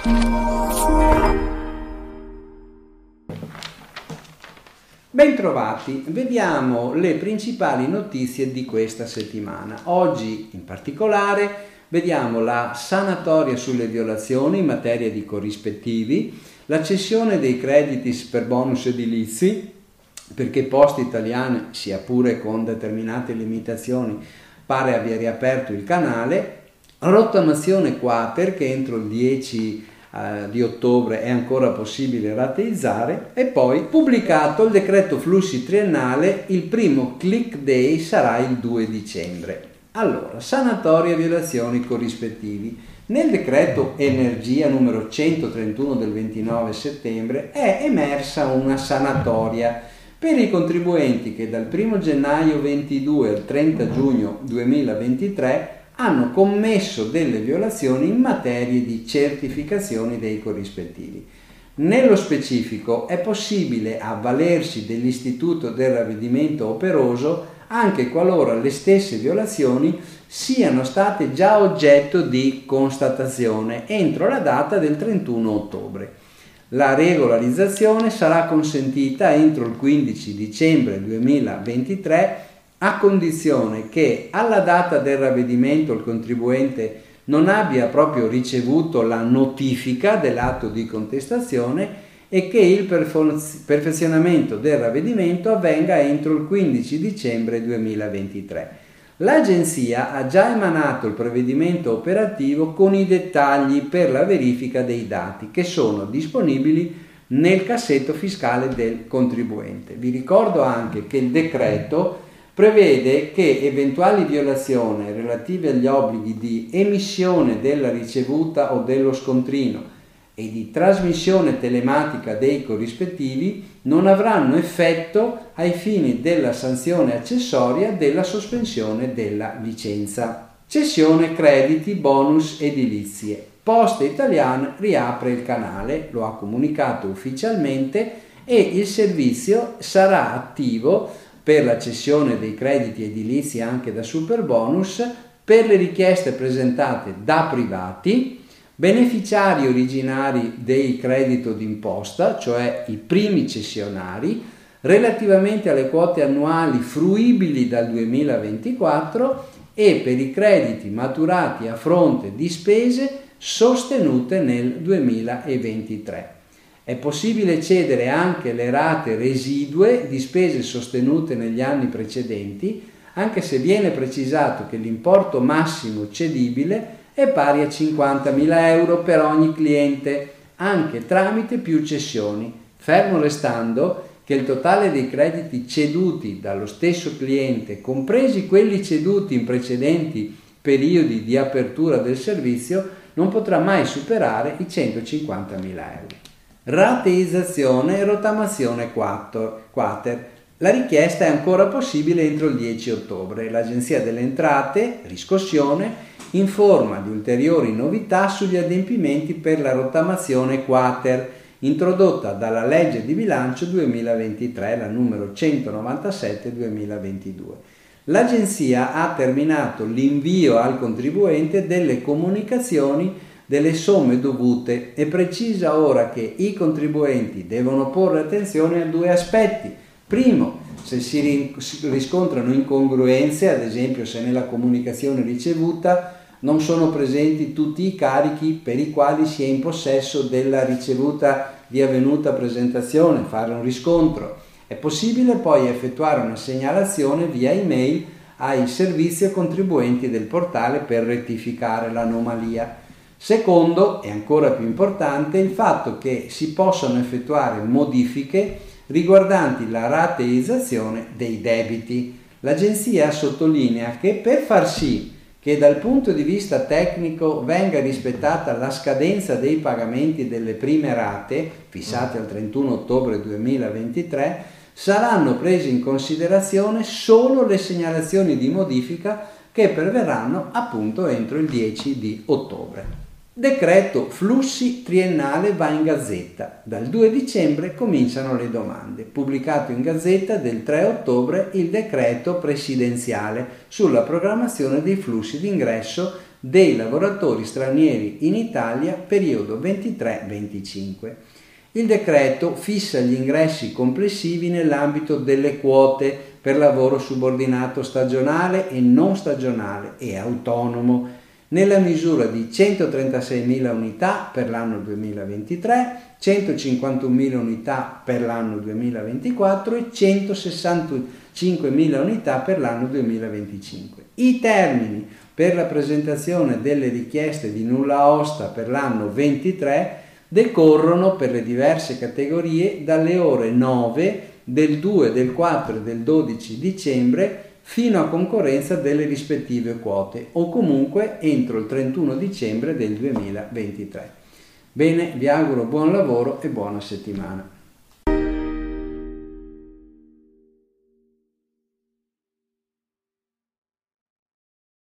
Bentrovati, vediamo le principali notizie di questa settimana. Oggi in particolare vediamo la sanatoria sulle violazioni in materia di corrispettivi, la cessione dei crediti per bonus edilizi, perché Poste Italiane, sia pure con determinate limitazioni, pare aver riaperto il canale, rottamazione quater che entro il 10 di ottobre è ancora possibile rateizzare, e poi pubblicato il decreto flussi triennale, il primo click day sarà il 2 dicembre. Allora, sanatoria violazioni corrispettivi. Nel decreto energia numero 131 del 29 settembre è emersa una sanatoria per i contribuenti che dal 1 gennaio 22 al 30 giugno 2023 hanno commesso delle violazioni in materia di certificazioni dei corrispettivi. Nello specifico è possibile avvalersi dell'istituto del ravvedimento operoso anche qualora le stesse violazioni siano state già oggetto di constatazione entro la data del 31 ottobre. La regolarizzazione sarà consentita entro il 15 dicembre 2023 a condizione che alla data del ravvedimento il contribuente non abbia proprio ricevuto la notifica dell'atto di contestazione e che il perfezionamento del ravvedimento avvenga entro il 15 dicembre 2023. L'Agenzia ha già emanato il provvedimento operativo con i dettagli per la verifica dei dati che sono disponibili nel cassetto fiscale del contribuente. Vi ricordo anche che il decreto prevede che eventuali violazioni relative agli obblighi di emissione della ricevuta o dello scontrino e di trasmissione telematica dei corrispettivi non avranno effetto ai fini della sanzione accessoria della sospensione della licenza. Cessione crediti bonus edilizie. Poste Italiane riapre il canale, lo ha comunicato ufficialmente, e il servizio sarà attivo per la cessione dei crediti edilizi anche da superbonus per le richieste presentate da privati, beneficiari originari dei credito d'imposta, cioè i primi cessionari, relativamente alle quote annuali fruibili dal 2024 e per i crediti maturati a fronte di spese sostenute nel 2023. È possibile cedere anche le rate residue di spese sostenute negli anni precedenti, anche se viene precisato che l'importo massimo cedibile è pari a 50.000 euro per ogni cliente, anche tramite più cessioni, fermo restando che il totale dei crediti ceduti dallo stesso cliente, compresi quelli ceduti in precedenti periodi di apertura del servizio, non potrà mai superare i 150.000 euro. Rateizzazione e rottamazione quater. La richiesta è ancora possibile entro il 10 ottobre. L'Agenzia delle Entrate, riscossione, informa di ulteriori novità sugli adempimenti per la rottamazione quater, introdotta dalla legge di bilancio 2023, la numero 197-2022. L'Agenzia ha terminato l'invio al contribuente delle comunicazioni delle somme dovute e precisa ora che i contribuenti devono porre attenzione a due aspetti. Primo, se si riscontrano incongruenze, ad esempio se nella comunicazione ricevuta non sono presenti tutti i carichi per i quali si è in possesso della ricevuta di avvenuta presentazione, fare un riscontro. È possibile poi effettuare una segnalazione via email ai servizi contribuenti del portale per rettificare l'anomalia. Secondo, e ancora più importante, il fatto che si possano effettuare modifiche riguardanti la rateizzazione dei debiti. L'Agenzia sottolinea che per far sì che dal punto di vista tecnico venga rispettata la scadenza dei pagamenti delle prime rate, fissate al 31 ottobre 2023, saranno prese in considerazione solo le segnalazioni di modifica che perverranno appunto entro il 10 di ottobre. Decreto flussi triennale va in Gazzetta. Dal 2 dicembre cominciano le domande. Pubblicato in Gazzetta del 3 ottobre il decreto presidenziale sulla programmazione dei flussi d'ingresso dei lavoratori stranieri in Italia periodo 23-25. Il decreto fissa gli ingressi complessivi nell'ambito delle quote per lavoro subordinato stagionale e non stagionale e autonomo, nella misura di 136.000 unità per l'anno 2023, 151.000 unità per l'anno 2024 e 165.000 unità per l'anno 2025. I termini per la presentazione delle richieste di nulla osta per l'anno 23 decorrono per le diverse categorie dalle ore 9 del 2, del 4 e del 12 dicembre fino a concorrenza delle rispettive quote o comunque entro il 31 dicembre del 2023. Bene, vi auguro buon lavoro e buona settimana.